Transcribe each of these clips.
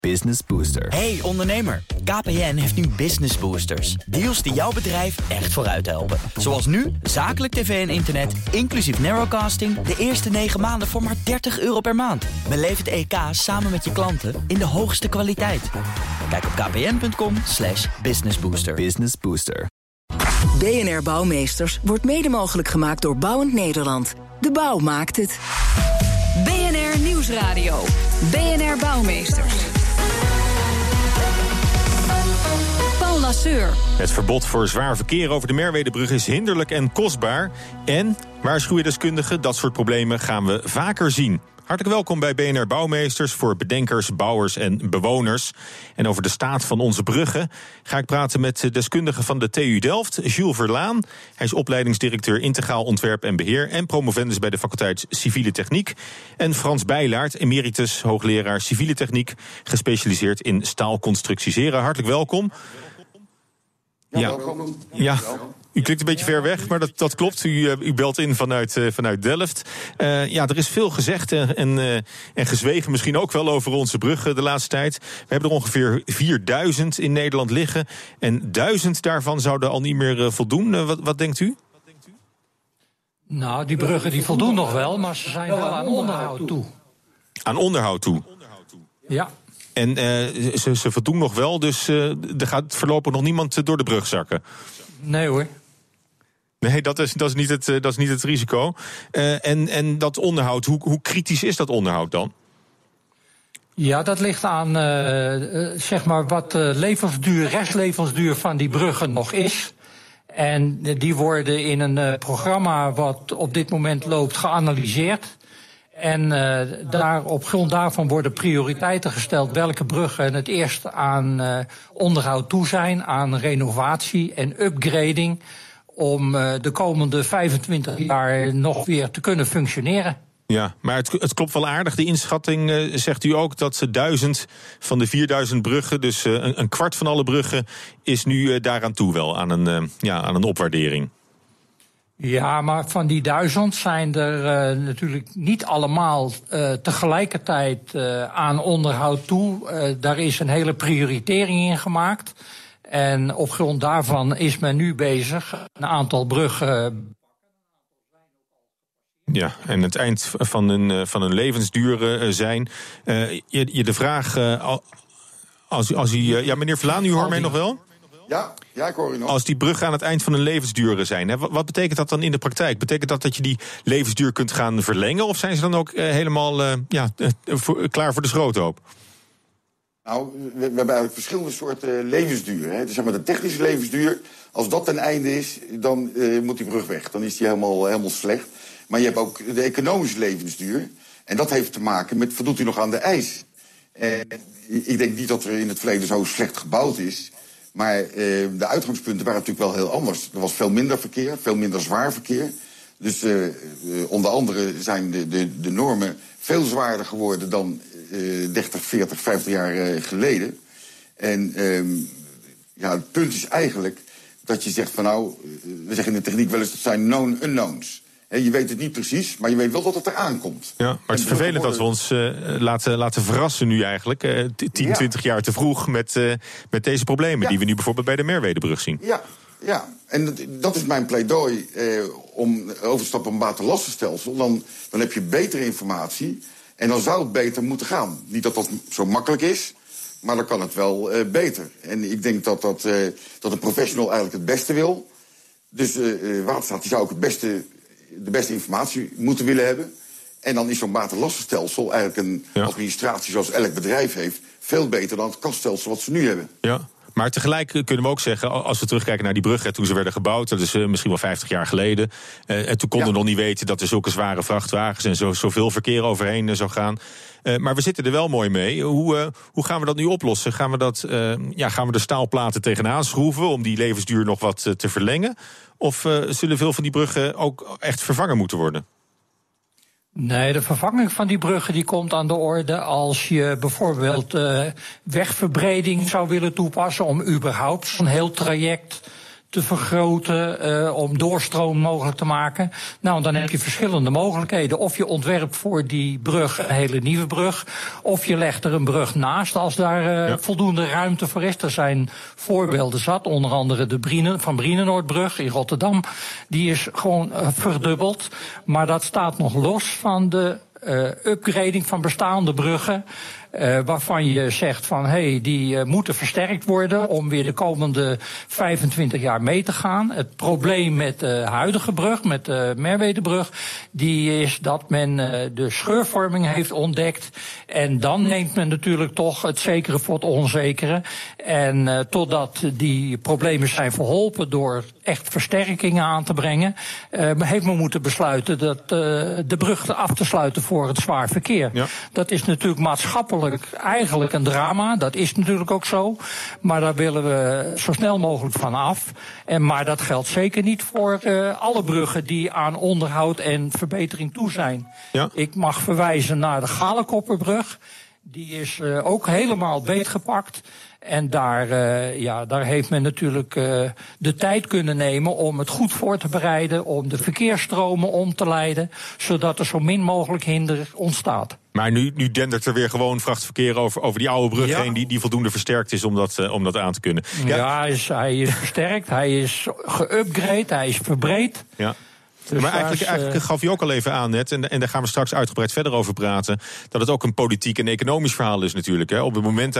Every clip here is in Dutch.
Business Booster. Hey ondernemer, KPN heeft nu Business Boosters. Deals die jouw bedrijf echt vooruit helpen. Zoals nu, zakelijk tv en internet, inclusief narrowcasting... de eerste 9 maanden voor maar €30 per maand. Beleef het EK samen met je klanten in de hoogste kwaliteit. Kijk op kpn.com/businessbooster. Business Booster. BNR Bouwmeesters wordt mede mogelijk gemaakt door Bouwend Nederland. De bouw maakt het. BNR Nieuwsradio. BNR Bouwmeesters. Paul Lasseur. Het verbod voor zwaar verkeer over de Merwedebrug is hinderlijk en kostbaar. En, waarschuwen deskundigen, dat soort problemen gaan we vaker zien. Hartelijk welkom bij BNR Bouwmeesters voor bedenkers, bouwers en bewoners. En over de staat van onze bruggen ga ik praten met deskundigen van de TU Delft, Jules Verlaan. Hij is opleidingsdirecteur Integraal Ontwerp en Beheer en promovendus bij de faculteit Civiele Techniek. En Frans Bijlaert, emeritus hoogleraar Civiele Techniek, gespecialiseerd in staalconstructies. Heren, hartelijk welkom. Ja. U klinkt een beetje ver weg, maar dat klopt. U belt in vanuit Delft. Er is veel gezegd en gezwegen misschien ook wel over onze bruggen de laatste tijd. We hebben er ongeveer 4000 in Nederland liggen. En 1000 daarvan zouden al niet meer voldoen. Wat denkt u? Nou, die bruggen die voldoen nog wel, maar ze zijn wel aan onderhoud toe. Aan onderhoud toe? Ja. En ze voldoen nog wel, dus er gaat voorlopig nog niemand door de brug zakken? Nee hoor. Nee, dat is niet het risico. En dat onderhoud, hoe kritisch is dat onderhoud dan? Ja, dat ligt aan wat de restlevensduur van die bruggen nog is. En die worden in een programma wat op dit moment loopt geanalyseerd. En op grond daarvan worden prioriteiten gesteld welke bruggen het eerst aan onderhoud toe zijn, aan renovatie en upgrading, om de komende 25 jaar nog weer te kunnen functioneren. Ja, maar het klopt wel aardig. De inschatting zegt u ook dat 1000 van de 4000 bruggen, dus een kwart van alle bruggen, is nu daaraan toe wel, aan een opwaardering. Ja, maar van die 1000 zijn er natuurlijk niet allemaal tegelijkertijd aan onderhoud toe. Daar is een hele prioritering in gemaakt. En op grond daarvan is men nu bezig een aantal bruggen. Ja, en het eind van hun levensduur zijn. De vraag, als u... meneer Verlaan, u hoort mij nog wel? Ja, ik hoor u nog. Als die bruggen aan het eind van hun levensduur zijn, wat betekent dat dan in de praktijk? Betekent dat je die levensduur kunt gaan verlengen? Of zijn ze dan ook helemaal klaar voor de schroothoop? Nou, we hebben eigenlijk verschillende soorten levensduur. Hè. Dus zeg maar de technische levensduur, als dat ten einde is, dan moet die brug weg. Dan is die helemaal slecht. Maar je hebt ook de economische levensduur. En dat heeft te maken met, voldoet u nog aan de eis? Ik denk niet dat er in het verleden zo slecht gebouwd is. Maar de uitgangspunten waren natuurlijk wel heel anders. Er was veel minder verkeer, veel minder zwaar verkeer. Dus onder andere zijn de normen veel zwaarder geworden dan 30, 40, 50 jaar geleden. En het punt is eigenlijk dat je zegt van we zeggen in de techniek wel eens dat zijn known unknowns. Je weet het niet precies, maar je weet wel dat het eraan komt. Ja, maar het is vervelend dat we ons laten verrassen nu eigenlijk. 10, 20 jaar te vroeg met deze problemen die we nu bijvoorbeeld bij de Merwedebrug zien. Ja, en dat is mijn pleidooi om over te stappen op een waterlastenstelsel. Dan heb je betere informatie en dan zou het beter moeten gaan. Niet dat dat zo makkelijk is, maar dan kan het wel beter. En ik denk dat een professional eigenlijk het beste wil. Dus Waterstaat zou ook de beste informatie moeten willen hebben. En dan is zo'n waterlastenstelsel eigenlijk een administratie zoals elk bedrijf heeft veel beter dan het kaststelsel wat ze nu hebben. Ja. Maar tegelijk kunnen we ook zeggen, als we terugkijken naar die bruggen toen ze werden gebouwd, dat is misschien wel 50 jaar geleden. En toen konden we nog niet weten dat er zulke zware vrachtwagens en zoveel verkeer overheen zou gaan. Maar we zitten er wel mooi mee. Hoe gaan we dat nu oplossen? Gaan we de staalplaten tegenaan schroeven om die levensduur nog wat te verlengen? Of zullen veel van die bruggen ook echt vervangen moeten worden? Nee, de vervanging van die bruggen die komt aan de orde als je bijvoorbeeld wegverbreding zou willen toepassen om überhaupt zo'n heel traject te vergroten, om doorstroom mogelijk te maken. Nou, dan heb je verschillende mogelijkheden. Of je ontwerpt voor die brug een hele nieuwe brug, of je legt er een brug naast als daar voldoende ruimte voor is. Er zijn voorbeelden zat, onder andere de Van Brienenoordbrug in Rotterdam. Die is gewoon verdubbeld, maar dat staat nog los van de upgrading van bestaande bruggen. Waarvan je zegt van die moeten versterkt worden om weer de komende 25 jaar mee te gaan. Het probleem met de huidige brug, met de Merwedebrug, die is dat men de scheurvorming heeft ontdekt. En dan neemt men natuurlijk toch het zekere voor het onzekere. En totdat die problemen zijn verholpen door echt versterkingen aan te brengen, heeft men moeten besluiten dat de brug af te sluiten voor het zwaar verkeer. Ja. Dat is natuurlijk maatschappelijk eigenlijk een drama. Dat is natuurlijk ook zo. Maar daar willen we zo snel mogelijk van af. Maar dat geldt zeker niet voor alle bruggen die aan onderhoud en verbetering toe zijn. Ja. Ik mag verwijzen naar de Galenkopperbrug. Die is ook helemaal beetgepakt. En daar heeft men natuurlijk de tijd kunnen nemen om het goed voor te bereiden, om de verkeersstromen om te leiden, zodat er zo min mogelijk hinder ontstaat. Maar nu dendert er weer gewoon vrachtverkeer over die oude brug heen die voldoende versterkt is om dat aan te kunnen. Ja, hij is versterkt, hij is geüpgrade, hij is verbreed. Ja. Dus maar eigenlijk gaf je ook al even aan net, en daar gaan we straks uitgebreid verder over praten, dat het ook een politiek en economisch verhaal is natuurlijk. Hè. Op het moment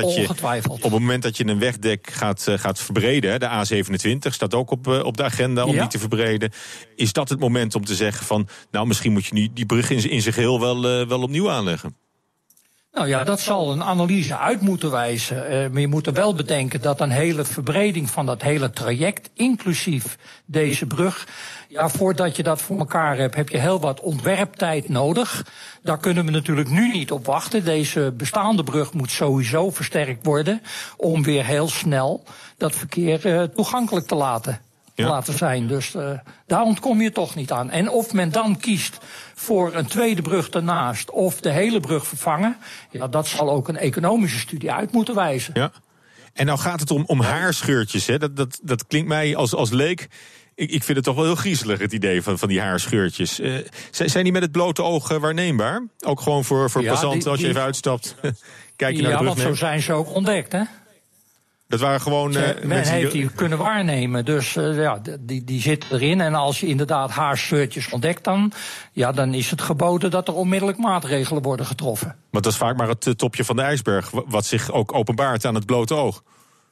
dat je een wegdek gaat verbreden, de A27 staat ook op de agenda om die te verbreden, is dat het moment om te zeggen van, nou misschien moet je die brug in zijn geheel wel opnieuw aanleggen. Nou ja, dat zal een analyse uit moeten wijzen. Maar je moet er wel bedenken dat een hele verbreding van dat hele traject, inclusief deze brug, voordat je dat voor elkaar hebt, heb je heel wat ontwerptijd nodig. Daar kunnen we natuurlijk nu niet op wachten. Deze bestaande brug moet sowieso versterkt worden om weer heel snel dat verkeer toegankelijk te laten zijn. Dus daar ontkom je toch niet aan. En of men dan kiest voor een tweede brug daarnaast of de hele brug vervangen, dat zal ook een economische studie uit moeten wijzen. Ja. En nou gaat het om haarscheurtjes. Hè? Dat klinkt mij als leek. Ik vind het toch wel heel griezelig, het idee van die haarscheurtjes. Zijn die met het blote oog waarneembaar? Ook gewoon voor passanten als je even uitstapt. Kijk je naar de brug. Ja, want zo zijn ze ook ontdekt, hè? Dat waren gewoon men heeft die kunnen waarnemen, dus die zitten erin. En als je inderdaad haarscheurtjes ontdekt, dan is het geboden dat er onmiddellijk maatregelen worden getroffen. Want dat is vaak maar het topje van de ijsberg, wat zich ook openbaart aan het blote oog.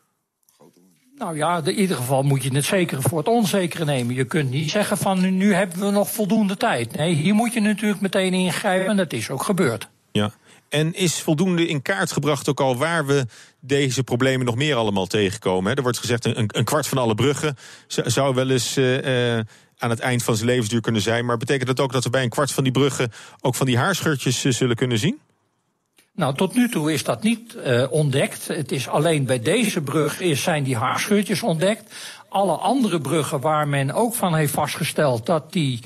Nou ja, in ieder geval moet je het zekere voor het onzekere nemen. Je kunt niet zeggen van nu hebben we nog voldoende tijd. Nee, hier moet je natuurlijk meteen ingrijpen en dat is ook gebeurd. Ja. En is voldoende in kaart gebracht ook al waar we deze problemen nog meer allemaal tegenkomen? Hè? Er wordt gezegd een kwart van alle bruggen zou wel eens aan het eind van zijn levensduur kunnen zijn. Maar betekent dat ook dat we bij een kwart van die bruggen ook van die haarscheurtjes zullen kunnen zien? Nou, tot nu toe is dat niet ontdekt. Het is alleen bij deze brug zijn die haarscheurtjes ontdekt. Alle andere bruggen waar men ook van heeft vastgesteld dat die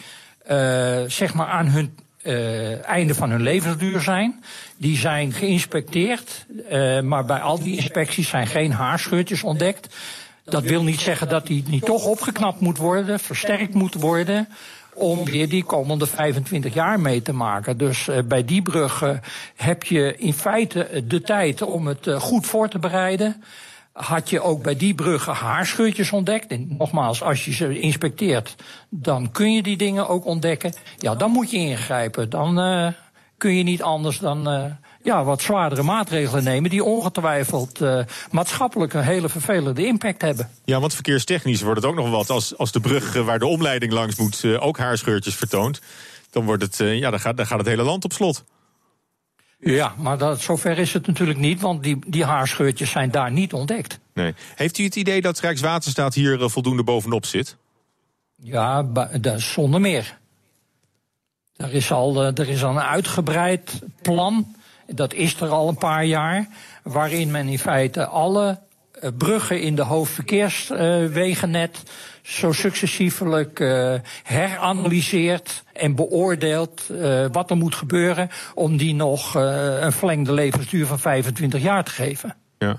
aan hun einde van hun levensduur zijn. Die zijn geïnspecteerd, maar bij al die inspecties zijn geen haarscheurtjes ontdekt. Dat wil niet zeggen dat die niet toch opgeknapt moet worden, versterkt moet worden, om weer die komende 25 jaar mee te maken. Dus bij die bruggen heb je in feite de tijd om het goed voor te bereiden. Had je ook bij die bruggen haarscheurtjes ontdekt. En nogmaals, als je ze inspecteert, dan kun je die dingen ook ontdekken. Ja, dan moet je ingrijpen. Dan kun je niet anders dan wat zwaardere maatregelen nemen die ongetwijfeld maatschappelijk een hele vervelende impact hebben. Ja, want verkeerstechnisch wordt het ook nog wat. Als de brug waar de omleiding langs moet ook haarscheurtjes vertoont, dan wordt het, dan gaat het hele land op slot. Ja, maar zover is het natuurlijk niet, want die haarscheurtjes zijn daar niet ontdekt. Nee. Heeft u het idee dat Rijkswaterstaat hier voldoende bovenop zit? Ja, zonder meer. Er is al een uitgebreid plan, dat is er al een paar jaar, waarin men in feite alle bruggen in de hoofdverkeerswegennet zo successievelijk heranalyseert en beoordeelt wat er moet gebeuren om die nog een verlengde levensduur van 25 jaar te geven. Ja.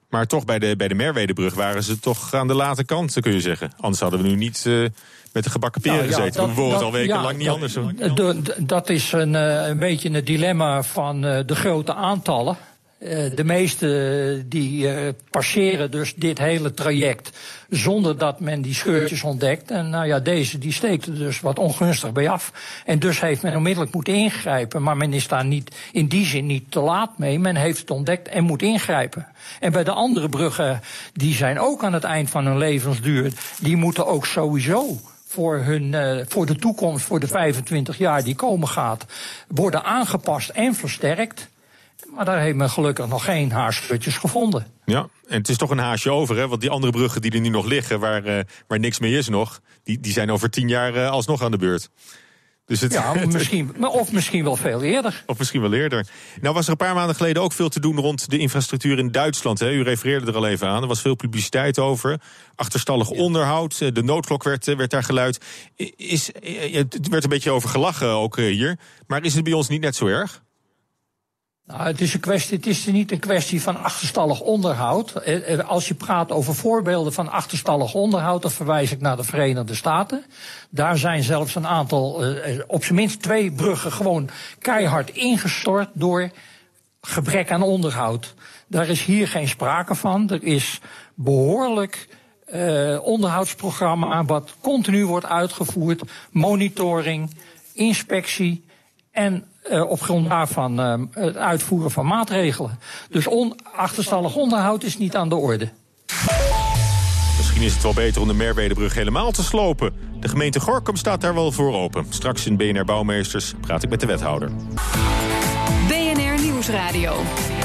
Maar toch bij de Merwedebrug waren ze toch aan de late kant, kun je zeggen. Anders hadden we nu niet met de gebakken peren gezeten. We horen het al wekenlang niet anders. Dat is een beetje het dilemma van de grote aantallen. De meeste die passeren dus dit hele traject zonder dat men die scheurtjes ontdekt. En deze die steekt er dus wat ongunstig bij af. En dus heeft men onmiddellijk moeten ingrijpen. Maar men is daar niet in die zin niet te laat mee. Men heeft het ontdekt en moet ingrijpen. En bij de andere bruggen, die zijn ook aan het eind van hun levensduur. Die moeten ook sowieso voor de toekomst, voor de 25 jaar die komen gaat, worden aangepast en versterkt. Maar daar heeft men gelukkig nog geen haarscheurtjes gevonden. Ja, en het is toch een haasje over, hè? Want die andere bruggen die er nu nog liggen, waar niks meer is nog, die zijn over 10 jaar alsnog aan de beurt. Dus misschien wel veel eerder. Of misschien wel eerder. Nou was er een paar maanden geleden ook veel te doen rond de infrastructuur in Duitsland. Hè? U refereerde er al even aan. Er was veel publiciteit over. Achterstallig onderhoud. De noodklok werd daar geluid. Het werd een beetje over gelachen ook hier. Maar is het bij ons niet net zo erg? Nou, het is niet een kwestie van achterstallig onderhoud. Als je praat over voorbeelden van achterstallig onderhoud, dan verwijs ik naar de Verenigde Staten. Daar zijn zelfs een aantal, op zijn minst 2 bruggen gewoon keihard ingestort door gebrek aan onderhoud. Daar is hier geen sprake van. Er is behoorlijk onderhoudsprogramma wat continu wordt uitgevoerd. Monitoring, inspectie en op grond daarvan het uitvoeren van maatregelen. Dus achterstallig onderhoud is niet aan de orde. Misschien is het wel beter om de Merwedebrug helemaal te slopen. De gemeente Gorinchem staat daar wel voor open. Straks in BNR Bouwmeesters praat ik met de wethouder. BNR Nieuwsradio.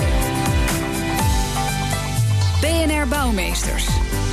BNR Bouwmeesters.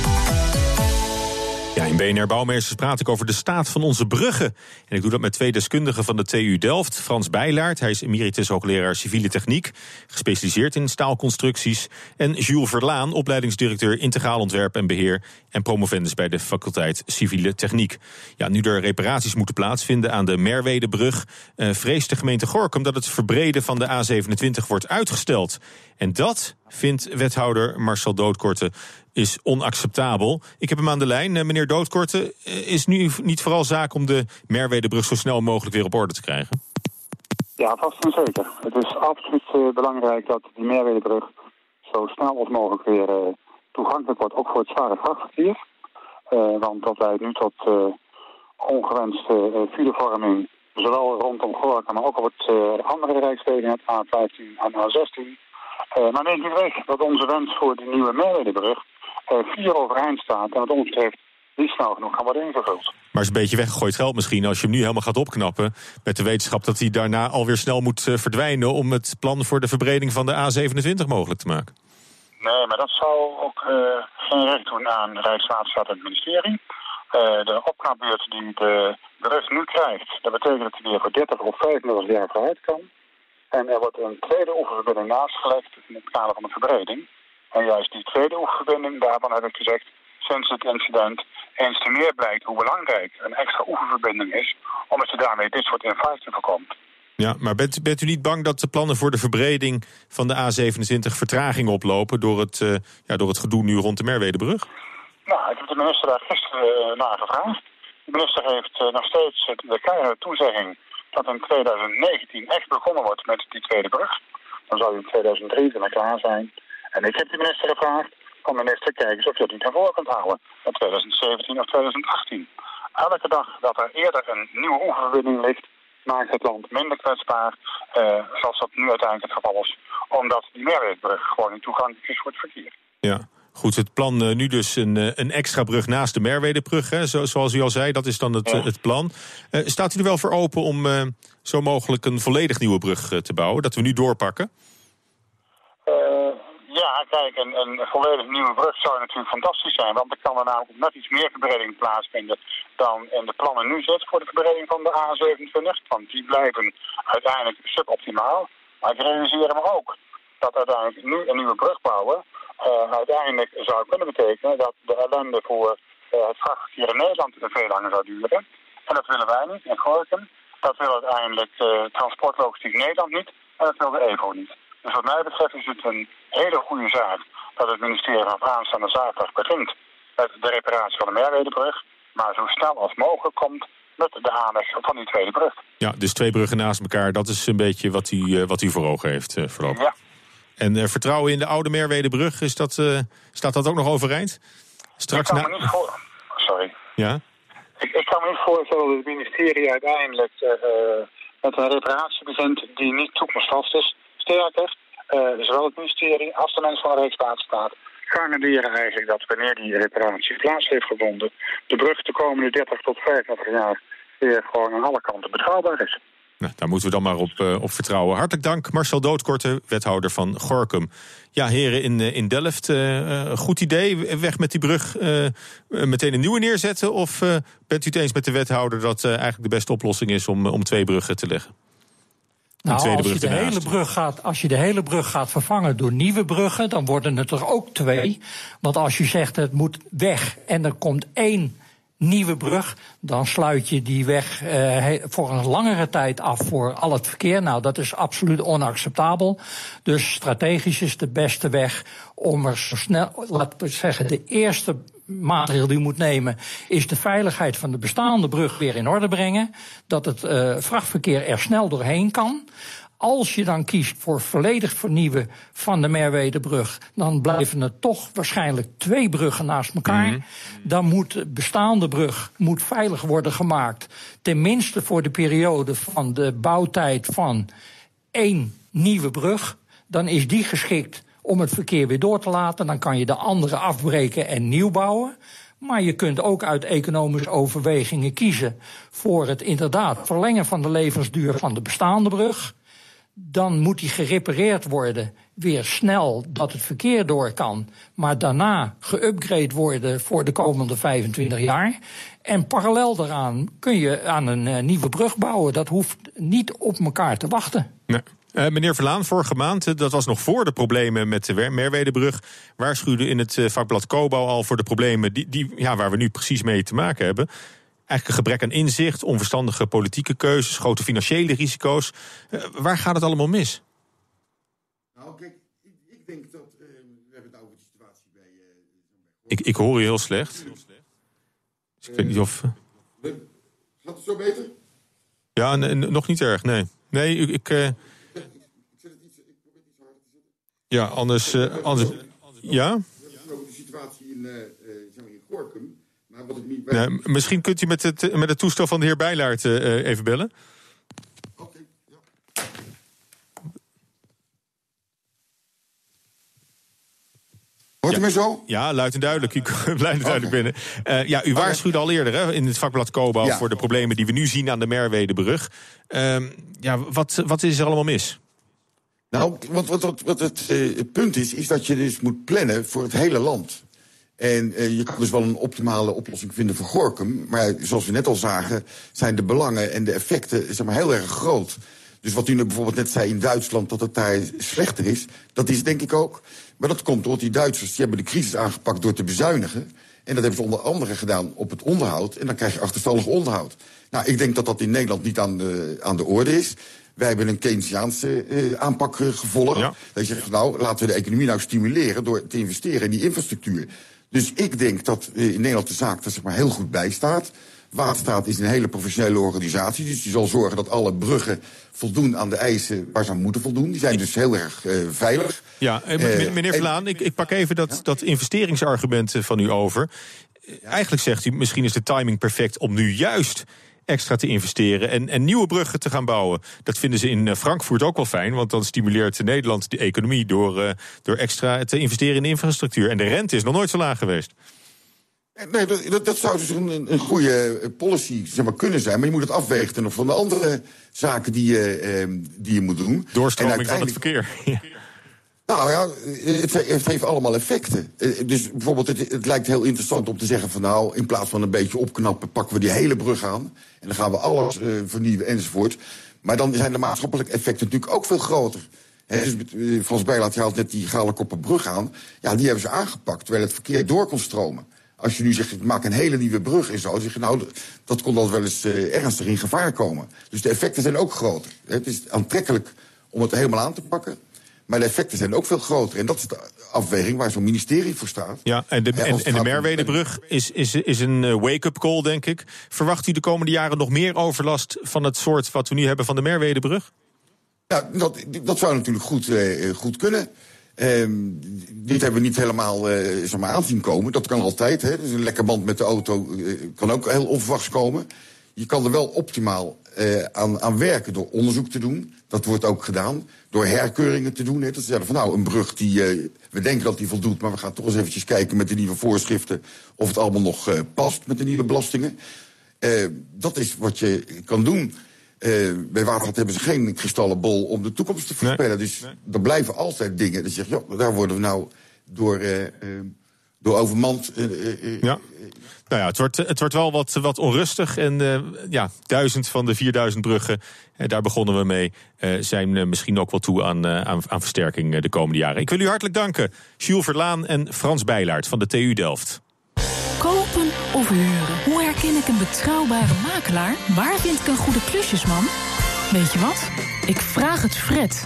Ja, in BNR Bouwmeesters praat ik over de staat van onze bruggen. En ik doe dat met 2 deskundigen van de TU Delft. Frans Bijlaert, hij is emeritus hoogleraar civiele techniek, gespecialiseerd in staalconstructies. En Jules Verlaan, opleidingsdirecteur integraal ontwerp en beheer en promovendus bij de faculteit civiele techniek. Ja, nu er reparaties moeten plaatsvinden aan de Merwedebrug, vreest de gemeente Gorinchem dat het verbreden van de A27 wordt uitgesteld. En dat vindt wethouder Marcel Doodkorte is onacceptabel. Ik heb hem aan de lijn. Meneer Doodkorte, is nu niet vooral zaak om de Merwedebrug zo snel mogelijk weer op orde te krijgen? Ja, vast en zeker. Het is absoluut belangrijk dat die Merwedebrug zo snel als mogelijk weer toegankelijk wordt, ook voor het zware vrachtverkeer. Want dat leidt nu tot ongewenste filevorming, zowel rondom Gorinchem, maar ook op het andere rijkswegen, het A15 en A16. Maar neemt niet weg dat onze wens voor die nieuwe Merwedebrug 4 overeind staat en wat ons betreft niet snel genoeg kan worden ingevuld. Maar het is een beetje weggegooid geld misschien als je hem nu helemaal gaat opknappen met de wetenschap dat hij daarna alweer snel moet verdwijnen om het plan voor de verbreding van de A27 mogelijk te maken. Nee, maar dat zou ook geen recht doen aan Rijkswaterstaat en het ministerie. De opknapbeurt die de brug nu krijgt, dat betekent dat hij weer voor 30 of 35 jaar vooruit kan. En er wordt een tweede oefenverbinding naastgelegd in het kader van de verbreding. En juist die tweede oefenverbinding, daarvan heb ik gezegd, sinds het incident eens te meer blijkt hoe belangrijk een extra oefenverbinding is, omdat je daarmee dit soort infarcten voorkomt. Ja, maar bent u niet bang dat de plannen voor de verbreding van de A27 vertraging oplopen door het gedoe nu rond de Merwedebrug? Nou, ik heb de minister daar gisteren naar gevraagd. De minister heeft nog steeds de keiharde toezegging dat in 2019 echt begonnen wordt met die tweede brug. Dan zou je in 2023 klaar zijn. En ik heb de minister gevraagd, van minister, kijk eens of je het niet naar voren kunt halen. In 2017 of 2018. Elke dag dat er eerder een nieuwe oefenverbinding ligt, maakt het land minder kwetsbaar, zoals dat nu uiteindelijk het geval is. Omdat die Merwedebrug gewoon niet toegankelijk is voor het verkeer. Ja. Goed, het plan nu dus een extra brug naast de Merwedebrug, hè, zoals u al zei, dat is dan het plan. Staat u er wel voor open om zo mogelijk een volledig nieuwe brug te bouwen, dat we nu doorpakken? Ja, kijk, een volledig nieuwe brug zou natuurlijk fantastisch zijn, want er kan er namelijk net iets meer verbreding plaatsvinden dan in de plannen nu zit voor de verbreding van de A27, want die blijven uiteindelijk suboptimaal. Maar ik realiseer me ook dat uiteindelijk nu een nieuwe brug bouwen uiteindelijk zou kunnen betekenen dat de ellende voor het vrachtverkeer in Nederland veel langer zou duren. En dat willen wij niet in Gorinchem. Dat wil uiteindelijk Transportlogistiek Nederland niet. En dat wil de EVO niet. Dus wat mij betreft is het een hele goede zaak dat het ministerie van aanstaande zaterdag begint met de reparatie van de Merwedebrug, maar zo snel als mogelijk komt met de aanleg van die tweede brug. Ja, dus 2 bruggen naast elkaar, dat is een beetje wat u voor ogen heeft voorlopig. Ja. En vertrouwen in de oude Merwedebrug, staat dat ook nog overeind? Straks ik kan me niet Sorry. Ja? Ik kan me niet voorstellen dat het ministerie uiteindelijk met een reparatie begint die niet toekomstvast is. Sterker, zowel het ministerie als de mensen van de Rijkswaterstaat garanderen eigenlijk dat wanneer die reparatie plaats heeft gevonden, de brug de komende 30 tot 35 jaar weer gewoon aan alle kanten betrouwbaar is. Nou, daar moeten we dan maar op vertrouwen. Hartelijk dank, Marcel Doodkorte, wethouder van Gorinchem. Ja, heren in Delft, goed idee, weg met die brug, meteen een nieuwe neerzetten? Of bent u het eens met de wethouder dat eigenlijk de beste oplossing is om 2 bruggen te leggen? Nou, als je de hele brug gaat vervangen door nieuwe bruggen, dan worden het er ook 2. Want als je zegt het moet weg en er komt 1 nieuwe brug, dan sluit je die weg voor een langere tijd af voor al het verkeer. Nou, dat is absoluut onacceptabel. Dus strategisch is de beste weg om er zo snel, laten we zeggen, de eerste maatregel die je moet nemen is de veiligheid van de bestaande brug weer in orde brengen. Dat het vrachtverkeer er snel doorheen kan. Als je dan kiest voor volledig vernieuwen van de Merwedebrug, dan blijven er toch waarschijnlijk 2 bruggen naast elkaar. Mm-hmm. Dan moet de bestaande brug veilig worden gemaakt. Tenminste voor de periode van de bouwtijd van 1 nieuwe brug. Dan is die geschikt om het verkeer weer door te laten. Dan kan je de andere afbreken en nieuw bouwen. Maar je kunt ook uit economische overwegingen kiezen voor het inderdaad verlengen van de levensduur van de bestaande brug. Dan moet die gerepareerd worden, weer snel, dat het verkeer door kan. Maar daarna geüpgrade worden voor de komende 25 jaar. En parallel daaraan kun je aan een nieuwe brug bouwen. Dat hoeft niet op elkaar te wachten. Nee. Meneer Verlaan, vorige maand, dat was nog voor de problemen met de Merwedebrug, waarschuwde in het vakblad Cobouw al voor de problemen waar we nu precies mee te maken hebben. Eigenlijk een gebrek aan inzicht, onverstandige politieke keuzes, grote financiële risico's. Waar gaat het allemaal mis? Nou, kijk, ik denk dat we hebben het over de situatie bij. Ik hoor u heel slecht. Dus ik weet niet of. Gaat het zo beter? Ja, nog niet erg, nee. Nee, ik zet het iets harder te zetten. Ja, anders. Ja? We hebben de situatie in Gorinchem. Maar wat ik niet weet... Misschien kunt u met het toestel van de heer Bijlaert even bellen. Oké, ja. Hoort u mij zo? Ja, luid en duidelijk. U blijft duidelijk binnen. U waarschuwde al eerder in het vakblad Cobouw voor de problemen die we nu zien aan de Merwedebrug. Wat is er allemaal mis? Nou, wat het punt is dat je dus moet plannen voor het hele land. En je kan dus wel een optimale oplossing vinden voor Gorinchem. Maar zoals we net al zagen, zijn de belangen en de effecten heel erg groot. Dus wat u bijvoorbeeld net zei in Duitsland, dat het daar slechter is, dat is denk ik ook. Maar dat komt doordat die Duitsers die hebben de crisis aangepakt door te bezuinigen. En dat hebben ze onder andere gedaan op het onderhoud. En dan krijg je achterstallig onderhoud. Nou, ik denk dat dat in Nederland niet aan de orde is. Wij hebben een Keynesiaanse aanpak gevolgd. Ja. Dat je zegt, laten we de economie stimuleren door te investeren in die infrastructuur. Dus ik denk dat in Nederland de zaak er heel goed bij staat. Waterstaat is een hele professionele organisatie. Dus die zal zorgen dat alle bruggen voldoen aan de eisen waar ze aan moeten voldoen. Die zijn dus heel erg veilig. Ja, meneer Verlaan, ik pak even dat investeringsargument van u over. Eigenlijk zegt u, misschien is de timing perfect om nu juist extra te investeren en nieuwe bruggen te gaan bouwen. Dat vinden ze in Frankfurt ook wel fijn, want dan stimuleert Nederland de economie door extra te investeren in de infrastructuur. En de rente is nog nooit zo laag geweest. Nee, dat zou dus een goede policy kunnen zijn. Maar je moet het afwegen ten opzichte van de andere zaken die je moet doen. Doorstroming van het verkeer. Ja. Nou ja, het heeft allemaal effecten. Dus bijvoorbeeld, het lijkt heel interessant om te zeggen van in plaats van een beetje opknappen, pakken we die hele brug aan. En dan gaan we alles vernieuwen enzovoort. Maar dan zijn de maatschappelijke effecten natuurlijk ook veel groter. Dus Frans Bijlaert haalt net die Galenkopperbrug aan. Ja, die hebben ze aangepakt, terwijl het verkeer door kon stromen. Als je nu zegt, ik maak een hele nieuwe brug en zo, dan zeg je, dat kon dan wel eens ernstig in gevaar komen. Dus de effecten zijn ook groter. Het is aantrekkelijk om het helemaal aan te pakken. Maar de effecten zijn ook veel groter. En dat is de afweging waar zo'n ministerie voor staat. Ja, en de Merwedebrug is een wake-up call, denk ik. Verwacht u de komende jaren nog meer overlast van het soort wat we nu hebben van de Merwedebrug? Ja, dat zou natuurlijk goed kunnen. Dit hebben we niet helemaal aanzien komen. Dat kan altijd. Hè. Dus een lekke band met de auto kan ook heel onverwachts komen. Je kan er wel optimaal aan werken door onderzoek te doen. Dat wordt ook gedaan. Door herkeuringen te doen. Hè. Dat ze zeggen van een brug die we denken dat die voldoet, maar we gaan toch eens eventjes kijken met de nieuwe voorschriften of het allemaal nog past met de nieuwe belastingen. Dat is wat je kan doen. Bij Waterstaat hebben ze geen kristallenbol om de toekomst te voorspellen. Nee. Dus er blijven altijd dingen. Dat je zegt, daar worden we nou door overmand. Ja. Nou ja, het wordt wel wat onrustig. En 1000 van de 4000 bruggen, daar begonnen we mee, zijn misschien ook wel toe aan versterking de komende jaren. Ik wil u hartelijk danken, Jules Verlaan en Frans Bijlaert van de TU Delft. Kopen of huren? Hoe herken ik een betrouwbare makelaar? Waar vind ik een goede klusjesman? Weet je wat? Ik vraag het Fred.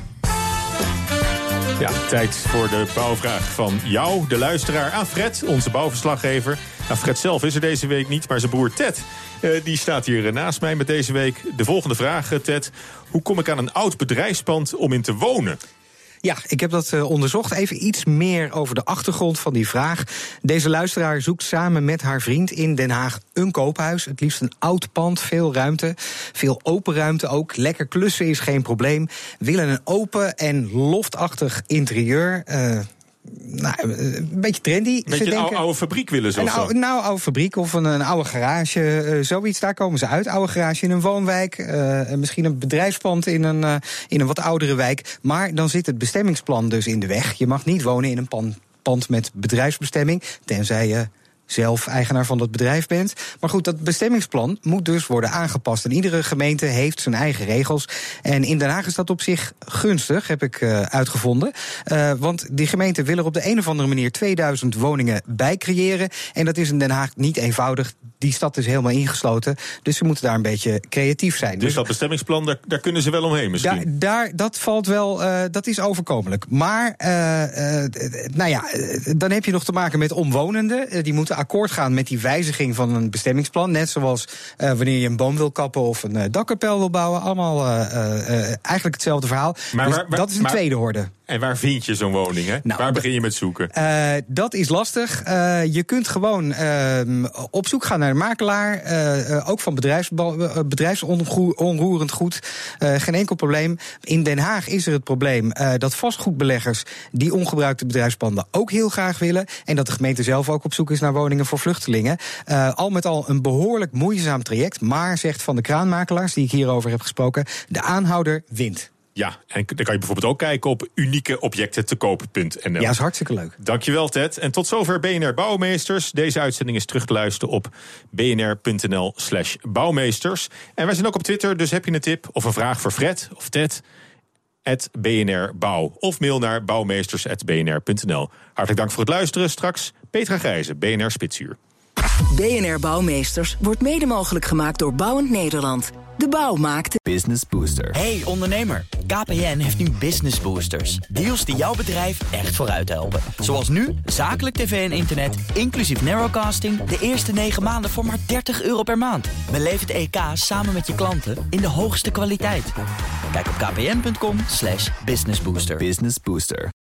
Ja, tijd voor de bouwvraag van jou, de luisteraar, aan Fred, onze bouwverslaggever. Nou, Fred zelf is er deze week niet, maar zijn broer Ted, die staat hier naast mij met deze week. De volgende vraag, Ted. Hoe kom ik aan een oud bedrijfspand om in te wonen? Ja, ik heb dat onderzocht. Even iets meer over de achtergrond van die vraag. Deze luisteraar zoekt samen met haar vriend in Den Haag een koophuis. Het liefst een oud pand, veel ruimte. Veel open ruimte ook. Lekker klussen is geen probleem. Willen een open en loftachtig interieur. Een beetje trendy. Een beetje een oude fabriek willen ze. Een oude fabriek of een oude garage. Zoiets, daar komen ze uit. Oude garage in een woonwijk. Misschien een bedrijfspand in een wat oudere wijk. Maar dan zit het bestemmingsplan dus in de weg. Je mag niet wonen in een pand met bedrijfsbestemming. Tenzij je zelf eigenaar van dat bedrijf bent. Maar goed, dat bestemmingsplan moet dus worden aangepast. En iedere gemeente heeft zijn eigen regels. En in Den Haag is dat op zich gunstig, heb ik uitgevonden. Want die gemeente wil er op de een of andere manier 2000 woningen bij creëren. En dat is in Den Haag niet eenvoudig. Die stad is helemaal ingesloten. Dus ze moeten daar een beetje creatief zijn. Dus dat bestemmingsplan, daar kunnen ze wel omheen misschien? Dat valt wel, dat is overkomelijk. Maar, dan heb je nog te maken met omwonenden. Die moeten akkoord gaan met die wijziging van een bestemmingsplan. Net zoals wanneer je een boom wil kappen of een dakkapel wil bouwen. Allemaal eigenlijk hetzelfde verhaal. Maar dat is een tweede horde. En waar vind je zo'n woning? Hè? Waar begin je met zoeken? Dat is lastig. Je kunt gewoon op zoek gaan naar een makelaar. Ook van bedrijfsonroerend goed. Geen enkel probleem. In Den Haag is er het probleem dat vastgoedbeleggers die ongebruikte bedrijfspanden ook heel graag willen. En dat de gemeente zelf ook op zoek is naar woningen voor vluchtelingen. Al met al een behoorlijk moeizaam traject. Maar, zegt Van de Kraanmakelaars, die ik hierover heb gesproken, de aanhouder wint. Ja, en dan kan je bijvoorbeeld ook kijken op uniekeobjectentekopen.nl. Ja, is hartstikke leuk. Dankjewel, Ted. En tot zover BNR Bouwmeesters. Deze uitzending is terug te luisteren op bnr.nl/bouwmeesters. En wij zijn ook op Twitter, dus heb je een tip of een vraag voor Fred of Ted, @BNR Bouw. Of mail naar bouwmeesters@bnr.nl. Hartelijk dank voor het luisteren. Straks Petra Grijze, BNR Spitsuur. BNR Bouwmeesters wordt mede mogelijk gemaakt door Bouwend Nederland. De bouw maakt Business Booster. Hey ondernemer, KPN heeft nu Business Boosters. Deals die jouw bedrijf echt vooruit helpen. Zoals nu, zakelijk tv en internet, inclusief narrowcasting, de eerste 9 maanden voor maar €30 per maand. Beleef het EK samen met je klanten in de hoogste kwaliteit. Kijk op kpn.com/businessbooster. Business Booster.